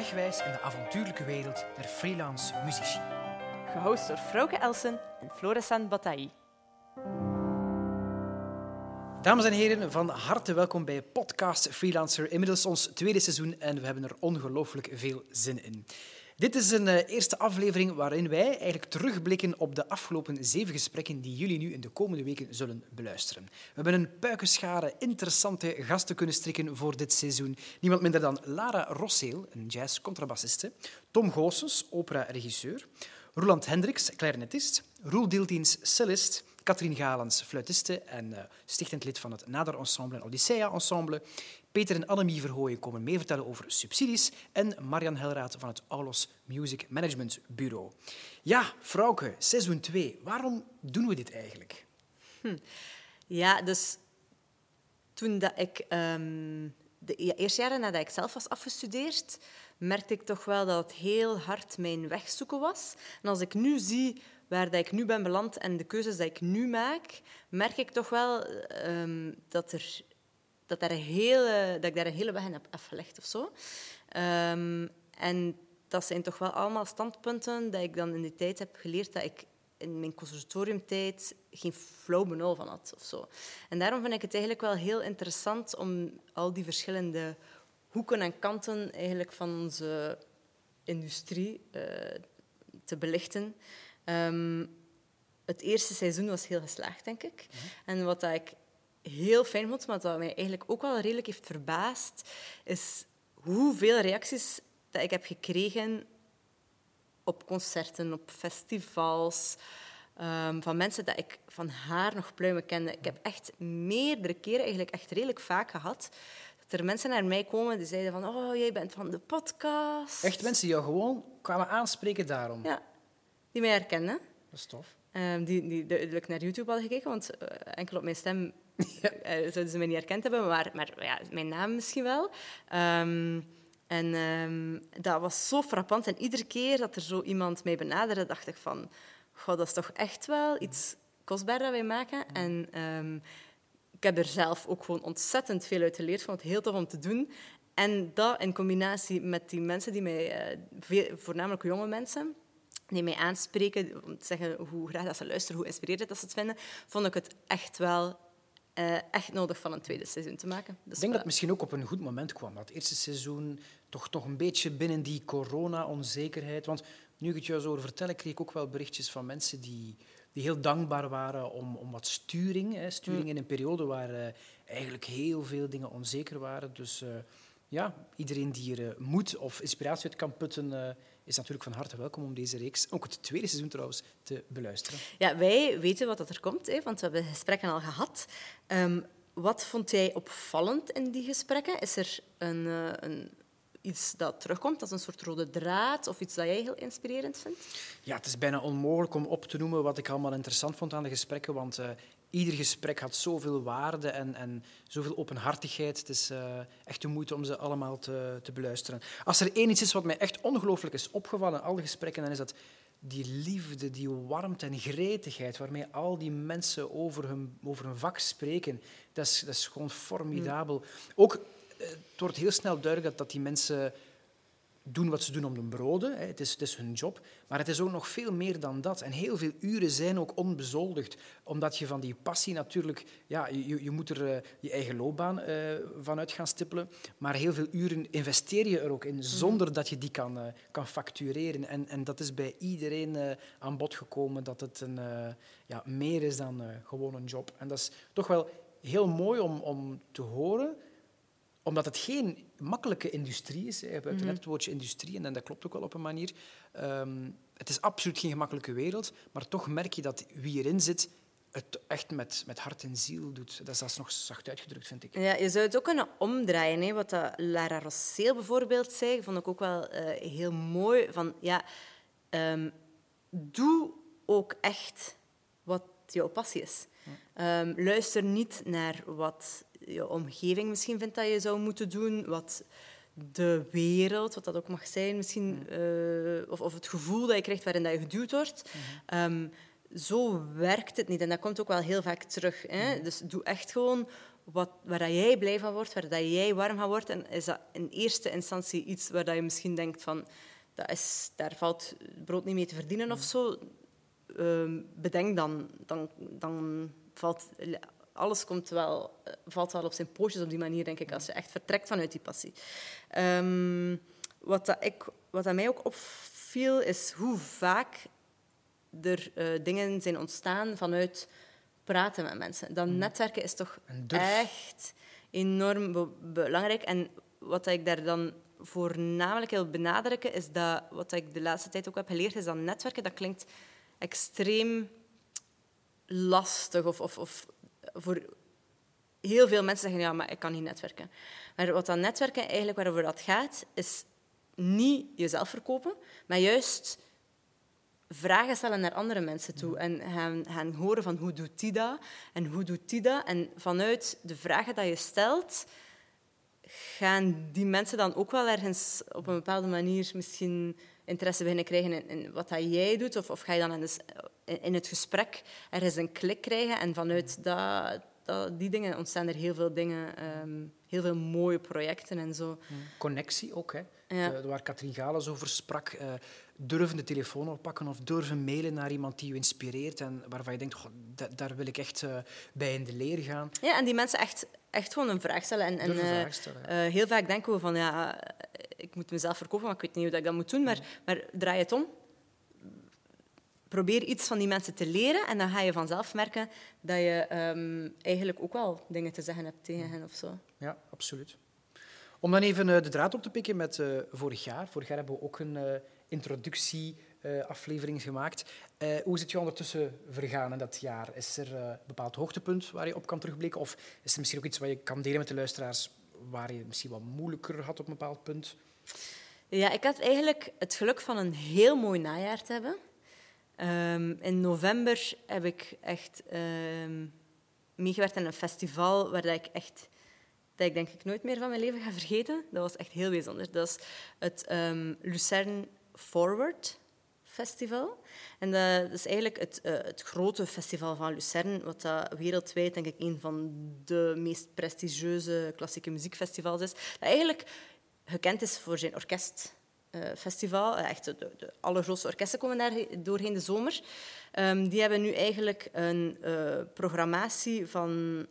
wegwijs in de avontuurlijke wereld der freelance muzici. Gehost door Frauke Elsen en Florissant Bataille. Dames en heren, van harte welkom bij Podcast Freelancer. Inmiddels ons tweede seizoen en we hebben er ongelooflijk veel zin in. Dit is een eerste aflevering waarin wij eigenlijk terugblikken op de afgelopen 7 gesprekken die jullie nu in de komende weken zullen beluisteren. We hebben een puikenschare interessante gasten kunnen strikken voor dit seizoen. Niemand minder dan Lara Rosseel, een jazz-contrabassiste, Tom Goossens, opera-regisseur, Roland Hendricks, clarinetist, Roel Diltiens, cellist, Katrien Galens, fluitiste en stichtend lid van het Nader Ensemble en Odyssea Ensemble. Peter en Annemie Verhooyen komen meer vertellen over subsidies en Marian Helraat van het Aulos Music Management Bureau. Ja, Frauke, seizoen 2. Waarom doen we dit eigenlijk? Ja, dus toen dat ik de eerste jaren nadat ik zelf was afgestudeerd, merkte ik toch wel dat het heel hard mijn weg zoeken was. En als ik nu zie waar dat ik nu ben beland en de keuzes die ik nu maak, merk ik toch wel dat ik daar een hele weg in heb afgelegd of zo. En dat zijn toch wel allemaal standpunten dat ik dan in die tijd heb geleerd dat ik in mijn conservatoriumtijd geen flauw benul van had. Of zo. En daarom vind ik het eigenlijk wel heel interessant om al die verschillende hoeken en kanten eigenlijk van onze industrie te belichten. Het eerste seizoen was heel geslaagd, denk ik. En wat dat ik heel fijn vond, maar wat mij eigenlijk ook wel redelijk heeft verbaasd, is hoeveel reacties dat ik heb gekregen op concerten, op festivals, van mensen dat ik van haar nog pluimen kende. Ik heb echt meerdere keren, eigenlijk echt redelijk vaak gehad, dat er mensen naar mij komen die zeiden van oh, jij bent van de podcast. Echt mensen die jou gewoon kwamen aanspreken daarom? Ja, die mij herkennen. Dat is tof. Die duidelijk naar YouTube hadden gekeken, want enkel op mijn stem zouden ze mij niet herkend hebben, maar ja, mijn naam misschien wel. Dat was zo frappant. En iedere keer dat er zo iemand mij benaderde, dacht ik van, goh, dat is toch echt wel iets kostbaar dat wij maken. En ik heb er zelf ook gewoon ontzettend veel uit geleerd. Ik vond het heel tof om te doen. En dat in combinatie met die mensen die mij, voornamelijk jonge mensen, die mij aanspreken om te zeggen hoe graag dat ze luisteren, hoe inspirerend dat ze het vinden, vond ik het echt wel echt nodig van een tweede seizoen te maken. Dus ik denk dat het misschien ook op een goed moment kwam. Dat eerste seizoen toch een beetje binnen die corona-onzekerheid. Want nu ik het jou zo hoor vertellen, kreeg ik ook wel berichtjes van mensen die heel dankbaar waren om wat sturing. Sturing in een periode waar eigenlijk heel veel dingen onzeker waren. Dus iedereen die er moed of inspiratie uit kan putten, is natuurlijk van harte welkom om deze reeks, ook het tweede seizoen trouwens, te beluisteren. Ja, wij weten wat er komt, want we hebben gesprekken al gehad. Wat vond jij opvallend in die gesprekken? Is er iets dat terugkomt als een soort rode draad of iets dat jij heel inspirerend vindt? Ja, het is bijna onmogelijk om op te noemen wat ik allemaal interessant vond aan de gesprekken, want ieder gesprek had zoveel waarde en zoveel openhartigheid. Het is echt de moeite om ze allemaal te beluisteren. Als er één iets is wat mij echt ongelooflijk is opgevallen in al de gesprekken, dan is dat die liefde, die warmte en gretigheid waarmee al die mensen over hun vak spreken. Dat is gewoon formidabel. Ook, het wordt heel snel duidelijk dat die mensen doen wat ze doen om hun broden. Het is hun job. Maar het is ook nog veel meer dan dat. En heel veel uren zijn ook onbezoldigd. Omdat je van die passie natuurlijk... Ja, je moet er je eigen loopbaan vanuit gaan stippelen. Maar heel veel uren investeer je er ook in, zonder dat je die kan factureren. En dat is bij iedereen aan bod gekomen dat het meer is dan gewoon een job. En dat is toch wel heel mooi om te horen, omdat het geen makkelijke industrie is. We hebben net het woordje industrie en dat klopt ook wel op een manier. Het is absoluut geen gemakkelijke wereld, maar toch merk je dat wie erin zit het echt met hart en ziel doet. Dat is nog zacht uitgedrukt, vind ik. Ja, je zou het ook kunnen omdraaien. Wat Lara Rosseel bijvoorbeeld zei, vond ik ook wel heel mooi. Doe ook echt wat jouw passie is. Luister niet naar wat je omgeving misschien vindt dat je zou moeten doen, wat de wereld, wat dat ook mag zijn, misschien, of het gevoel dat je krijgt waarin dat je geduwd wordt. Zo werkt het niet. En dat komt ook wel heel vaak terug. Hè? Dus doe echt gewoon waar dat jij blij van wordt, waar dat jij warm van wordt. En is dat in eerste instantie iets waar dat je misschien denkt van... Daar valt brood niet mee te verdienen of zo. Bedenk dan valt... Alles valt wel op zijn pootjes op die manier, denk ik, als je echt vertrekt vanuit die passie. Wat mij ook opviel, is hoe vaak er dingen zijn ontstaan vanuit praten met mensen. Dat netwerken is toch echt enorm belangrijk. En wat ik daar dan voornamelijk wil benadrukken, is dat wat ik de laatste tijd ook heb geleerd, is dat netwerken, dat klinkt extreem lastig. Of voor heel veel mensen zeggen, ja, maar ik kan niet netwerken. Maar wat dat netwerken eigenlijk waarover dat gaat, is niet jezelf verkopen, maar juist vragen stellen naar andere mensen toe en gaan horen van hoe doet die dat en hoe doet die dat. En vanuit de vragen die je stelt, gaan die mensen dan ook wel ergens op een bepaalde manier misschien interesse beginnen krijgen in wat dat jij doet? Of ga je dan in het gesprek ergens een klik krijgen? En vanuit die dingen ontstaan er heel veel dingen, heel veel mooie projecten en zo. Connectie ook, hè. Ja. Waar Katrien Gales over sprak. Durven de telefoon oppakken of durven mailen naar iemand die je inspireert en waarvan je denkt, goh, daar wil ik echt bij in de leer gaan. Ja, en die mensen echt gewoon een vraag stellen. Heel vaak denken we van, ja, ik moet mezelf verkopen, maar ik weet niet hoe ik dat moet doen. Maar draai het om. Probeer iets van die mensen te leren en dan ga je vanzelf merken dat je eigenlijk ook wel dingen te zeggen hebt tegen hen of zo. Ja, absoluut. Om dan even de draad op te pikken met vorig jaar. Vorig jaar hebben we ook een introductieaflevering gemaakt. Hoe is het je ondertussen vergaan in dat jaar? Is er een bepaald hoogtepunt waar je op kan terugblikken? Of is er misschien ook iets wat je kan delen met de luisteraars waar je het misschien wat moeilijker had op een bepaald punt? Ja, ik had eigenlijk het geluk van een heel mooi najaar te hebben. In november heb ik echt meegewerkt aan een festival waar ik denk ik nooit meer van mijn leven ga vergeten. Dat was echt heel bijzonder. Dat is het Lucerne Forward Festival. En dat is eigenlijk het grote festival van Lucerne, wat dat wereldwijd denk ik een van de meest prestigieuze klassieke muziekfestivals is. Dat eigenlijk gekend is voor zijn orkestfestival. Echt de allergrootste orkesten komen daar doorheen de zomer. Die hebben nu eigenlijk een programmatie van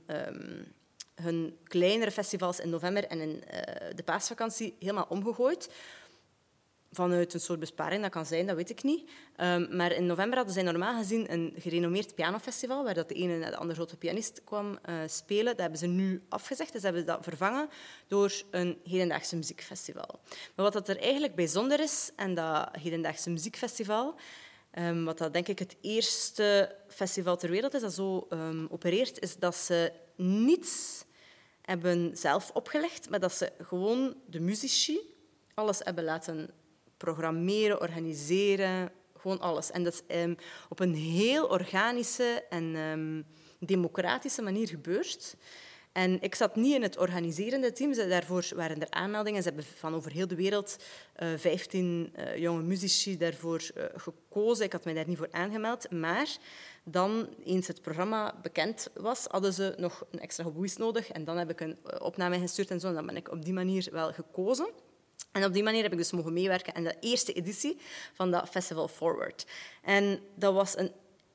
hun kleinere festivals in november en in de paasvakantie helemaal omgegooid. Vanuit een soort besparing, dat kan zijn, dat weet ik niet. Maar in november hadden zij normaal gezien een gerenommeerd pianofestival, waar dat de ene en de andere grote pianist kwam spelen. Dat hebben ze nu afgezegd, dus hebben ze dat vervangen door een hedendaagse muziekfestival. Maar wat dat er eigenlijk bijzonder is aan dat hedendaagse muziekfestival, wat dat denk ik het eerste festival ter wereld is dat zo opereert, is dat ze niets hebben zelf opgelegd, maar dat ze gewoon de muzici alles hebben laten programmeren, organiseren, gewoon alles. En dat is op een heel organische en democratische manier gebeurd. En ik zat niet in het organiserende team. Daarvoor waren er aanmeldingen. Ze hebben van over heel de wereld 15 jonge muzici daarvoor gekozen. Ik had mij daar niet voor aangemeld. Maar dan, eens het programma bekend was, hadden ze nog een extra hoboïst nodig. En dan heb ik een opname gestuurd en zo. En dan ben ik op die manier wel gekozen. En op die manier heb ik dus mogen meewerken aan de eerste editie van dat Festival Forward. En dat was een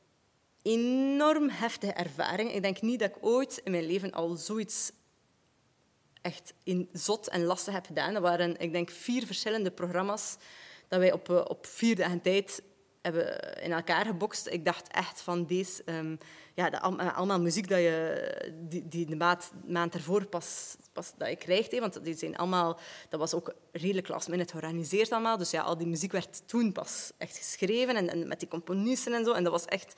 enorm heftige ervaring. Ik denk niet dat ik ooit in mijn leven al zoiets echt zot en lastig heb gedaan. Dat waren, ik denk, 4 verschillende programma's dat wij op 4 dagen tijd hebben in elkaar gebokst. Ik dacht echt van deze... allemaal muziek dat die de maand ervoor pas dat je krijgt. Hè, want die zijn allemaal... Dat was ook redelijk last minute georganiseerd allemaal. Dus ja, al die muziek werd toen pas echt geschreven en met die componisten en zo. En dat was echt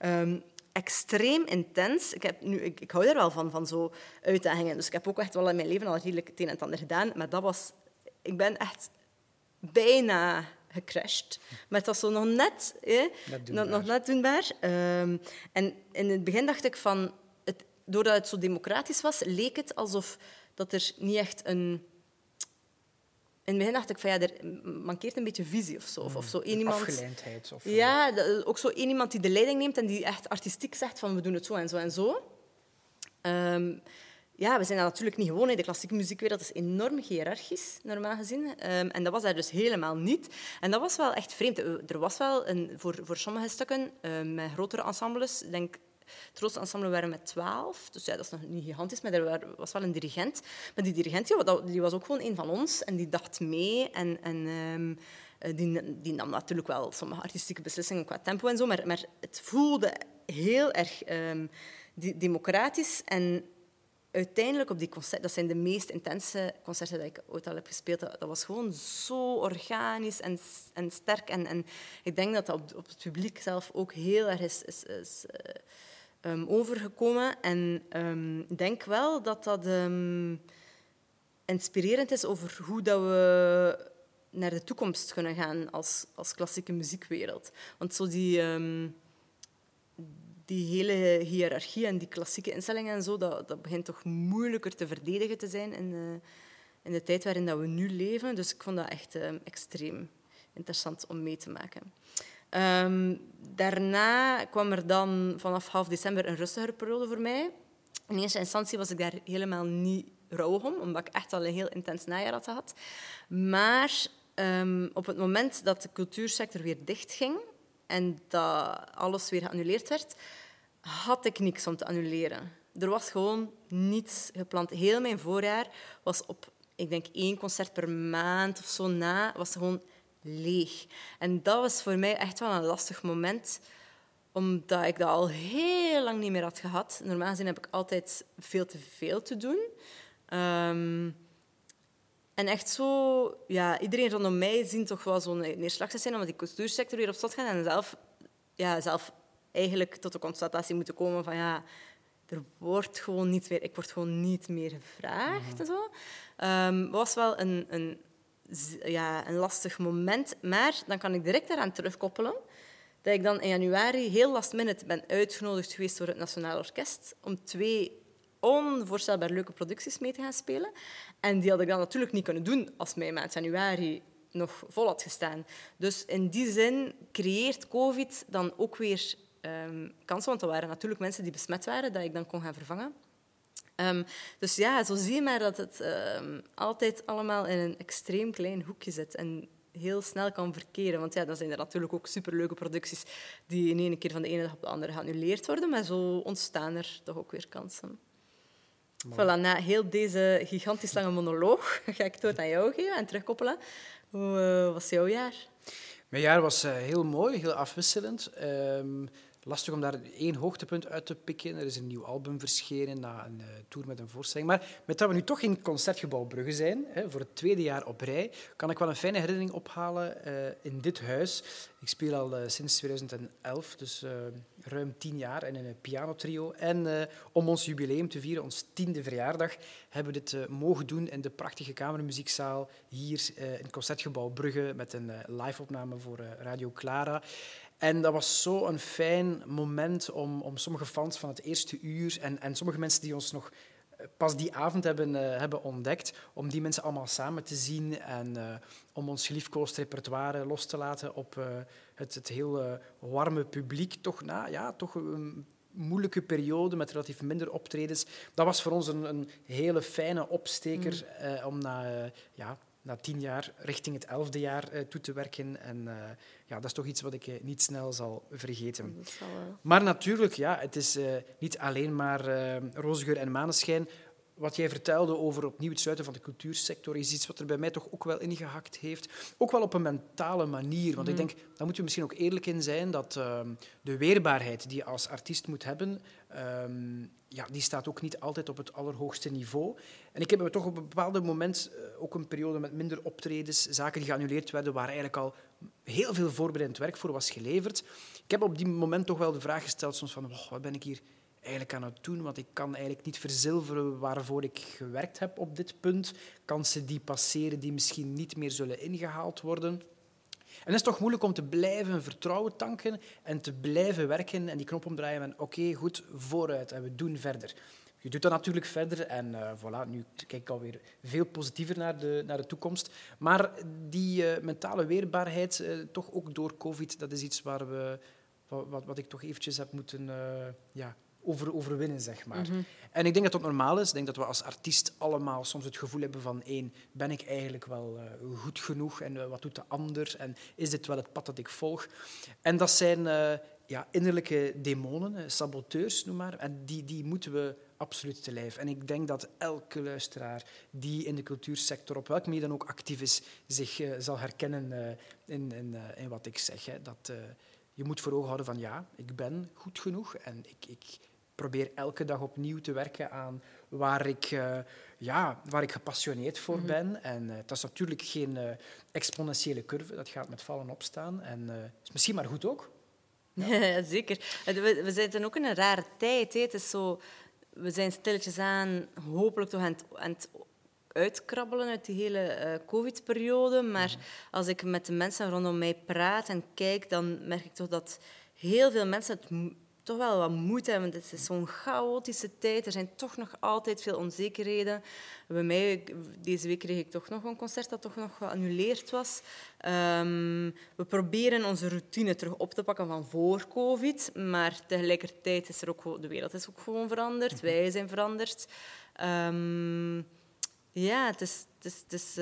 extreem intens. Ik hou er wel van zo uitdagingen. Dus ik heb ook echt wel in mijn leven al redelijk het een en het ander gedaan. Maar dat was... Ik ben echt bijna gecrashed. Maar het was zo nog net, nog net doenbaar. En in het begin dacht ik van... Doordat het zo democratisch was, leek het alsof dat er niet echt een... In het begin dacht ik van, ja, er mankeert een beetje visie of zo. Of zo iemand... Afgeleidheid. Of, ja, ook zo iemand die de leiding neemt en die echt artistiek zegt van, we doen het zo en zo en zo. ja, we zijn dat natuurlijk niet gewoon. De klassieke muziekwereld is enorm hiërarchisch, normaal gezien. En dat was daar dus helemaal niet. En dat was wel echt vreemd. Er was wel voor sommige stukken met grotere ensembles, ik denk het grootste ensemble waren met 12. Dus ja, dat is nog niet gigantisch, maar er was wel een dirigent. Maar die dirigent die was ook gewoon een van ons en die dacht mee. En die nam natuurlijk wel sommige artistieke beslissingen qua tempo en zo, maar het voelde heel erg democratisch. En uiteindelijk op die concerten, dat zijn de meest intense concerten die ik ooit al heb gespeeld, dat was gewoon zo organisch en sterk. En ik denk dat dat op het publiek zelf ook heel erg is overgekomen. En ik denk wel dat dat inspirerend is over hoe dat we naar de toekomst kunnen gaan als klassieke muziekwereld. Want zo die hele hiërarchie en die klassieke instellingen en zo, dat begint toch moeilijker te verdedigen te zijn in de tijd waarin dat we nu leven. Dus ik vond dat echt extreem interessant om mee te maken. Daarna kwam er dan vanaf half december een rustigere periode voor mij. In eerste instantie was ik daar helemaal niet rouwig om, omdat ik echt al een heel intens najaar had gehad. Maar op het moment dat de cultuursector weer dichtging en dat alles weer geannuleerd werd, had ik niks om te annuleren. Er was gewoon niets gepland. Heel mijn voorjaar was op, ik denk, 1 concert per maand of zo na, was gewoon leeg. En dat was voor mij echt wel een lastig moment, omdat ik dat al heel lang niet meer had gehad. Normaal gezien heb ik altijd veel te veel te doen. En echt zo... Ja, iedereen rondom mij ziet toch wel zo'n neerslachtig zijn omdat die cultuursector weer op slot gaat en zelf eigenlijk tot de constatatie moeten komen van ja, er wordt gewoon niet meer... Ik word gewoon niet meer gevraagd en zo. Was wel een lastig moment, maar dan kan ik direct daaraan terugkoppelen dat ik dan in januari heel last minute ben uitgenodigd geweest door het Nationaal Orkest om 2 onvoorstelbaar leuke producties mee te gaan spelen. En die had ik dan natuurlijk niet kunnen doen als mijn maand januari nog vol had gestaan. Dus in die zin creëert COVID dan ook weer kansen, want er waren natuurlijk mensen die besmet waren, dat ik dan kon gaan vervangen. Dus ja, zo zie je maar dat het altijd allemaal in een extreem klein hoekje zit en heel snel kan verkeren. Want ja, dan zijn er natuurlijk ook superleuke producties die in één keer van de ene dag op de andere geannuleerd worden, maar zo ontstaan er toch ook weer kansen. Voilà, na heel deze gigantisch lange monoloog ga ik het woord aan jou geven en terugkoppelen. Hoe was jouw jaar? Mijn jaar was heel mooi, heel afwisselend. Lastig om daar 1 hoogtepunt uit te pikken. Er is een nieuw album verschenen na een tour met een voorstelling. Maar met dat we nu toch in het Concertgebouw Brugge zijn, voor het 2e jaar op rij, kan ik wel een fijne herinnering ophalen in dit huis. Ik speel al sinds 2011, dus ruim 10 jaar in een pianotrio. En om ons jubileum te vieren, ons 10e verjaardag, hebben we dit mogen doen in de prachtige kamermuziekzaal hier in het Concertgebouw Brugge met een live-opname voor Radio Clara. En dat was zo'n fijn moment om sommige fans van het eerste uur en sommige mensen die ons nog pas die avond hebben ontdekt, om die mensen allemaal samen te zien en om ons geliefkoosd repertoire los te laten op het heel warme publiek. Toch een moeilijke periode met relatief minder optredens. Dat was voor ons een hele fijne opsteker om na 10 jaar richting het 11e jaar toe te werken. En dat is toch iets wat ik niet snel zal vergeten. Maar natuurlijk, het is niet alleen maar roze geur en maneschijn. Wat jij vertelde over opnieuw het sluiten van de cultuursector is iets wat er bij mij toch ook wel ingehakt heeft. Ook wel op een mentale manier. Want ik denk, daar moeten we misschien ook eerlijk in zijn, dat de weerbaarheid die je als artiest moet hebben, die staat ook niet altijd op het allerhoogste niveau. En ik heb toch op een bepaald moment ook een periode met minder optredens, zaken die geannuleerd werden, waar eigenlijk al heel veel voorbereidend werk voor was geleverd. Ik heb op die moment toch wel de vraag gesteld soms van, wat ben ik hier eigenlijk aan het doen? Want ik kan eigenlijk niet verzilveren waarvoor ik gewerkt heb op dit punt. Kansen die passeren die misschien niet meer zullen ingehaald worden. En het is toch moeilijk om te blijven vertrouwen tanken en te blijven werken en die knop omdraaien en oké, goed, vooruit en we doen verder. Je doet dat natuurlijk verder en voilà, nu kijk ik alweer veel positiever naar de toekomst. Maar die mentale weerbaarheid, toch ook door COVID, dat is iets waar wat ik toch eventjes heb moeten overwinnen, zeg maar. En ik denk dat dat normaal is. Ik denk dat we als artiest allemaal soms het gevoel hebben van ben ik eigenlijk wel goed genoeg en wat doet de ander en is dit wel het pad dat ik volg? En dat zijn innerlijke demonen, saboteurs, noem maar. En die moeten we absoluut te lijf. En ik denk dat elke luisteraar die in de cultuursector op welke manier dan ook actief is, zich zal herkennen in wat ik zeg. Hè. Dat je moet voor ogen houden van ik ben goed genoeg en ik probeer elke dag opnieuw te werken aan waar ik gepassioneerd voor ben. En dat is natuurlijk geen exponentiële curve, dat gaat met vallen opstaan. En is misschien maar goed ook. Ja, zeker. We zitten ook in een rare tijd. Hè. Het is zo, we zijn stilletjes aan hopelijk toch aan het uitkrabbelen uit die hele COVID-periode. Maar als ik met de mensen rondom mij praat en kijk, dan merk ik toch dat heel veel mensen het toch wel wat moeite hebben. Het is zo'n chaotische tijd. Er zijn toch nog altijd veel onzekerheden. Bij mij, deze week kreeg ik toch nog een concert dat toch nog geannuleerd was. We proberen onze routine terug op te pakken van voor COVID. Maar tegelijkertijd is er ook de wereld is ook gewoon veranderd. Wij zijn veranderd. Het is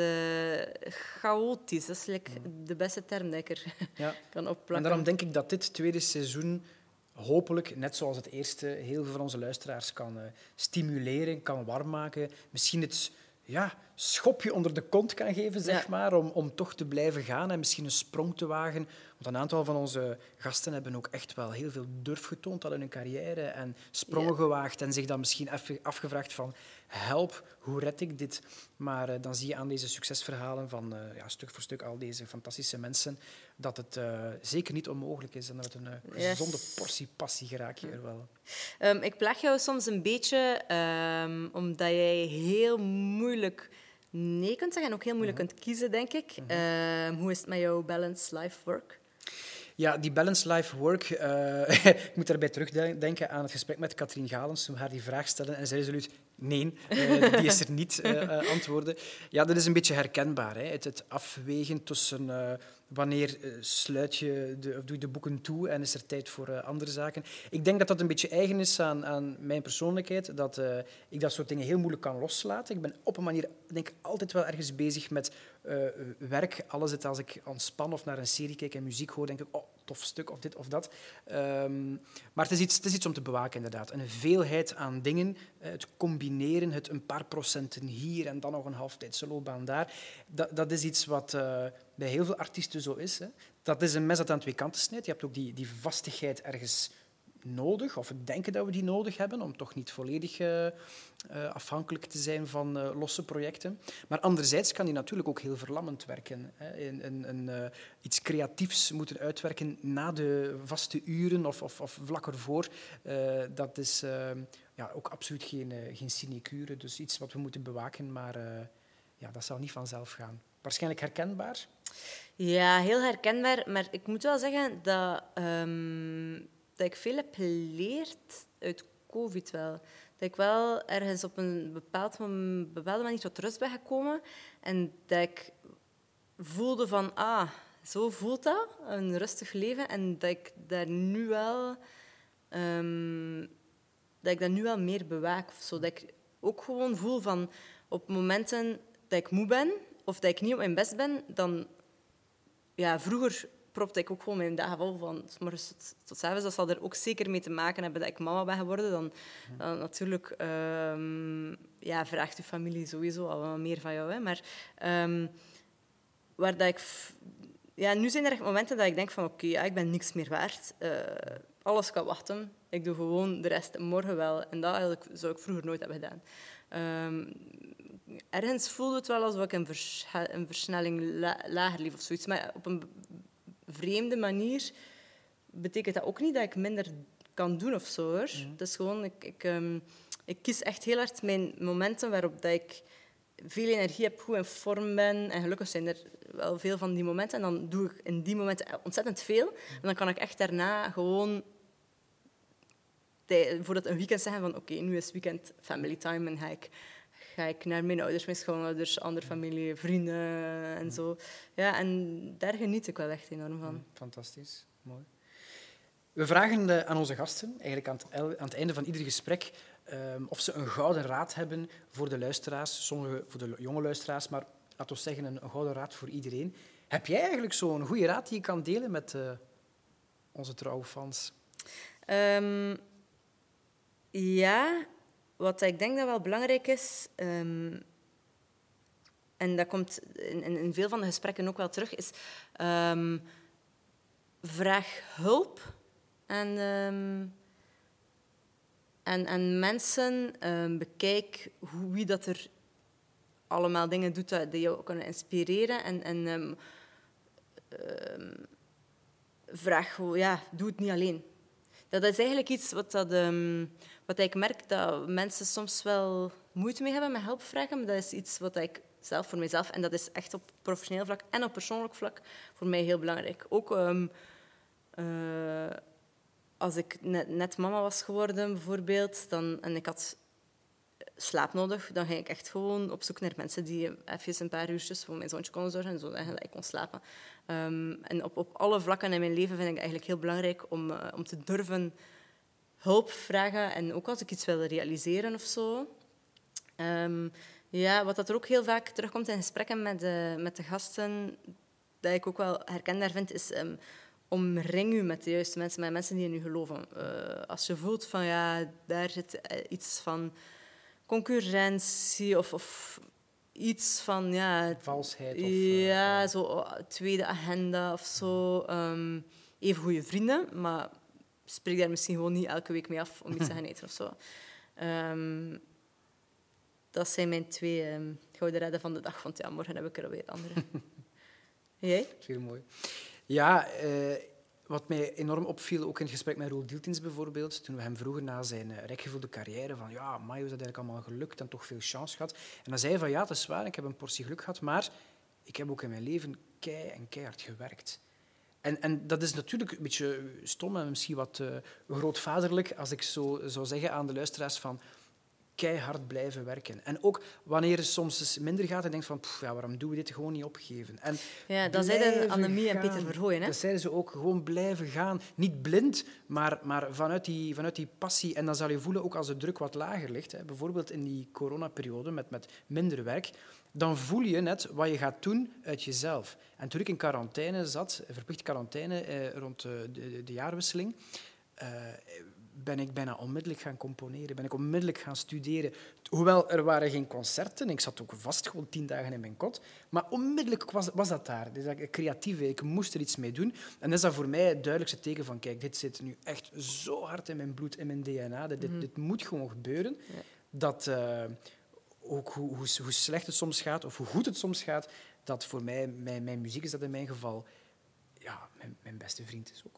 chaotisch. Dat is de beste term die ik er kan opplakken. En daarom denk ik dat dit tweede seizoen hopelijk, net zoals het eerste, heel veel van onze luisteraars kan stimuleren, kan warm maken. Misschien het schopje onder de kont kan geven, zeg maar, om toch te blijven gaan en misschien een sprong te wagen. Want een aantal van onze gasten hebben ook echt wel heel veel durf getoond al in hun carrière en sprongen gewaagd en zich dan misschien afgevraagd van help, hoe red ik dit? Maar dan zie je aan deze succesverhalen van stuk voor stuk al deze fantastische mensen dat het zeker niet onmogelijk is en dat het een gezonde portie passie geraak je er wel. Ik plaag jou soms een beetje omdat jij heel moeilijk nee kunt zeggen en ook heel moeilijk kunt kiezen, denk ik. Hoe is het met jouw balance life-work? Ja, die balance life-work... ik moet daarbij terugdenken aan het gesprek met Katrien Galens toen we haar die vraag stellen en zij resoluut nee, die is er niet, antwoorden. Ja, dat is een beetje herkenbaar. Hè? Het afwegen tussen wanneer sluit je doe je de boeken toe en is er tijd voor andere zaken. Ik denk dat dat een beetje eigen is aan mijn persoonlijkheid, dat ik dat soort dingen heel moeilijk kan loslaten. Ik ben op een manier denk ik altijd wel ergens bezig met werk. Alles het als ik ontspan of naar een serie kijk en muziek hoor, denk ik, oh, tof stuk of dit of dat. Maar het is iets om te bewaken, inderdaad. Een veelheid aan dingen, het combineren, het een paar procenten hier en dan nog een halftijdse loopbaan daar. Dat is iets wat bij heel veel artiesten zo is. Hè. Dat is een mes dat aan twee kanten snijdt. Je hebt ook die vastigheid ergens nodig, of het denken dat we die nodig hebben, om toch niet volledig afhankelijk te zijn van losse projecten. Maar anderzijds kan die natuurlijk ook heel verlammend werken. Hè. Iets creatiefs moeten uitwerken na de vaste uren of vlak ervoor. Dat is ook absoluut geen sinecure. Dus iets wat we moeten bewaken, maar dat zal niet vanzelf gaan. Waarschijnlijk herkenbaar? Ja, heel herkenbaar. Maar ik moet wel zeggen dat ik veel heb geleerd uit COVID wel. Dat ik wel ergens op een bepaalde manier tot rust ben gekomen. En dat ik voelde van, zo voelt dat, een rustig leven. En dat ik daar nu wel... dat ik dat nu wel meer bewaak. Of zo. Dat ik ook gewoon voel van, op momenten dat ik moe ben, of dat ik niet op mijn best ben, dan... Ja, vroeger propte ik ook gewoon mijn dagen vol van 's morgens tot 's avonds. Dat zal er ook zeker mee te maken hebben dat ik mama ben geworden. Dan natuurlijk vraagt je familie sowieso al wel meer van jou. Hè. Maar waar dat ik... nu zijn er echt momenten dat ik denk van oké, ik ben niks meer waard. Alles kan wachten. Ik doe gewoon de rest morgen wel. En dat eigenlijk zou ik vroeger nooit hebben gedaan. Ergens voelde het wel alsof ik een versnelling lager liep of zoiets. Maar op een vreemde manier betekent dat ook niet dat ik minder kan doen of zo. Hoor. Het is gewoon, ik kies echt heel hard mijn momenten waarop dat ik veel energie heb, goed in vorm ben. En gelukkig zijn er wel veel van die momenten. En dan doe ik in die momenten ontzettend veel. En dan kan ik echt daarna gewoon... Voordat een weekend zeggen van oké, nu is weekend family time en ga ik naar mijn ouders, mijn schoonouders, andere familie, vrienden en zo. Ja, en daar geniet ik wel echt enorm van. Fantastisch, mooi. We vragen aan onze gasten, eigenlijk aan het einde van ieder gesprek, of ze een gouden raad hebben voor de luisteraars. Sommige voor de jonge luisteraars, maar laten we zeggen een gouden raad voor iedereen. Heb jij eigenlijk zo'n goede raad die je kan delen met onze trouwe fans? Ja, wat ik denk dat wel belangrijk is, en dat komt in veel van de gesprekken ook wel terug, is vraag hulp aan mensen. Bekijk wie dat er allemaal dingen doet die jou kunnen inspireren. En vraag, doe het niet alleen. Dat is eigenlijk iets wat ik merk dat mensen soms wel moeite mee hebben met hulp vragen. Maar dat is iets wat ik zelf voor mezelf, en dat is echt op professioneel vlak en op persoonlijk vlak, voor mij heel belangrijk. Ook als ik net mama was geworden, bijvoorbeeld, en ik had slaap nodig, dan ging ik echt gewoon op zoek naar mensen die even een paar uurtjes voor mijn zoontje konden zorgen en zo dat ik kon slapen. En op alle vlakken in mijn leven vind ik het eigenlijk heel belangrijk om te durven hulp vragen. En ook als ik iets wil realiseren of zo. Wat dat er ook heel vaak terugkomt in gesprekken met de gasten, dat ik ook wel herkenbaar vind, is omring u met de juiste mensen, met mensen die in u geloven. Als je voelt van daar zit iets van concurrentie of iets van valsheid of zo tweede agenda of zo. Even goede vrienden, maar spreek daar misschien gewoon niet elke week mee af om iets te gaan eten of zo. Dat zijn mijn 2 gouden raden van de dag, want morgen heb ik er alweer andere. Jij? Heel mooi. Ja, wat mij enorm opviel, ook in het gesprek met Roel Dieltins bijvoorbeeld, toen we hem vroegen na zijn rijkgevulde carrière, van hoe is dat eigenlijk allemaal gelukt en toch veel chance gehad. En dan zei hij van het is waar, ik heb een portie geluk gehad, maar ik heb ook in mijn leven keihard gewerkt. En dat is natuurlijk een beetje stom en misschien wat grootvaderlijk, als ik zo zou zeggen aan de luisteraars van keihard blijven werken. En ook wanneer het soms eens minder gaat en denkt van, waarom doen we dit gewoon niet opgeven? En dat zeiden Annemie en Peter Verhooyen. Dat zeiden ze ook, gewoon blijven gaan. Niet blind, maar vanuit die passie. En dan zal je voelen, ook als de druk wat lager ligt, bijvoorbeeld in die coronaperiode met minder werk, dan voel je net wat je gaat doen uit jezelf. En toen ik in quarantaine zat, verplichte quarantaine rond de jaarwisseling, ben ik bijna onmiddellijk gaan componeren, ben ik onmiddellijk gaan studeren. Hoewel, er waren geen concerten, ik zat ook vast gewoon 10 dagen in mijn kot, maar onmiddellijk was dat daar. Dus creatief, ik moest er iets mee doen. En dat is dat voor mij het duidelijkste teken van, kijk, dit zit nu echt zo hard in mijn bloed, in mijn DNA, dit moet gewoon gebeuren, dat ook hoe slecht het soms gaat, of hoe goed het soms gaat, dat voor mij, mijn muziek is dat in mijn geval, mijn beste vriend is ook.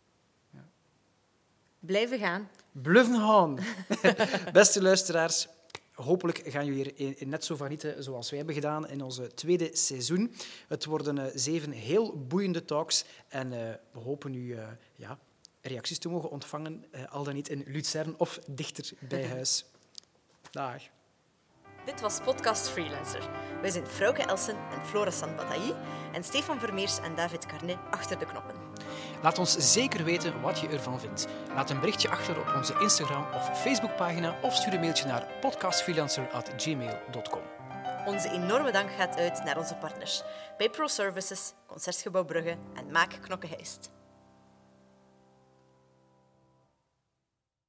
Blijven gaan. Blijven gaan. Beste luisteraars, hopelijk gaan jullie hier net zo van genieten zoals wij hebben gedaan in onze 2e seizoen. Het worden 7 heel boeiende talks en we hopen nu reacties te mogen ontvangen, al dan niet in Luzern of dichter bij huis. Dag. Dit was Podcast Freelancer. Wij zijn Frauke Elsen en Flora Sanbatailly en Stefan Vermeers en David Carnet achter de knoppen. Laat ons zeker weten wat je ervan vindt. Laat een berichtje achter op onze Instagram of Facebookpagina of stuur een mailtje naar podcastfreelancer@gmail.com. Onze enorme dank gaat uit naar onze partners bij ProServices, Concertgebouw Brugge en Maak Knokke Heist.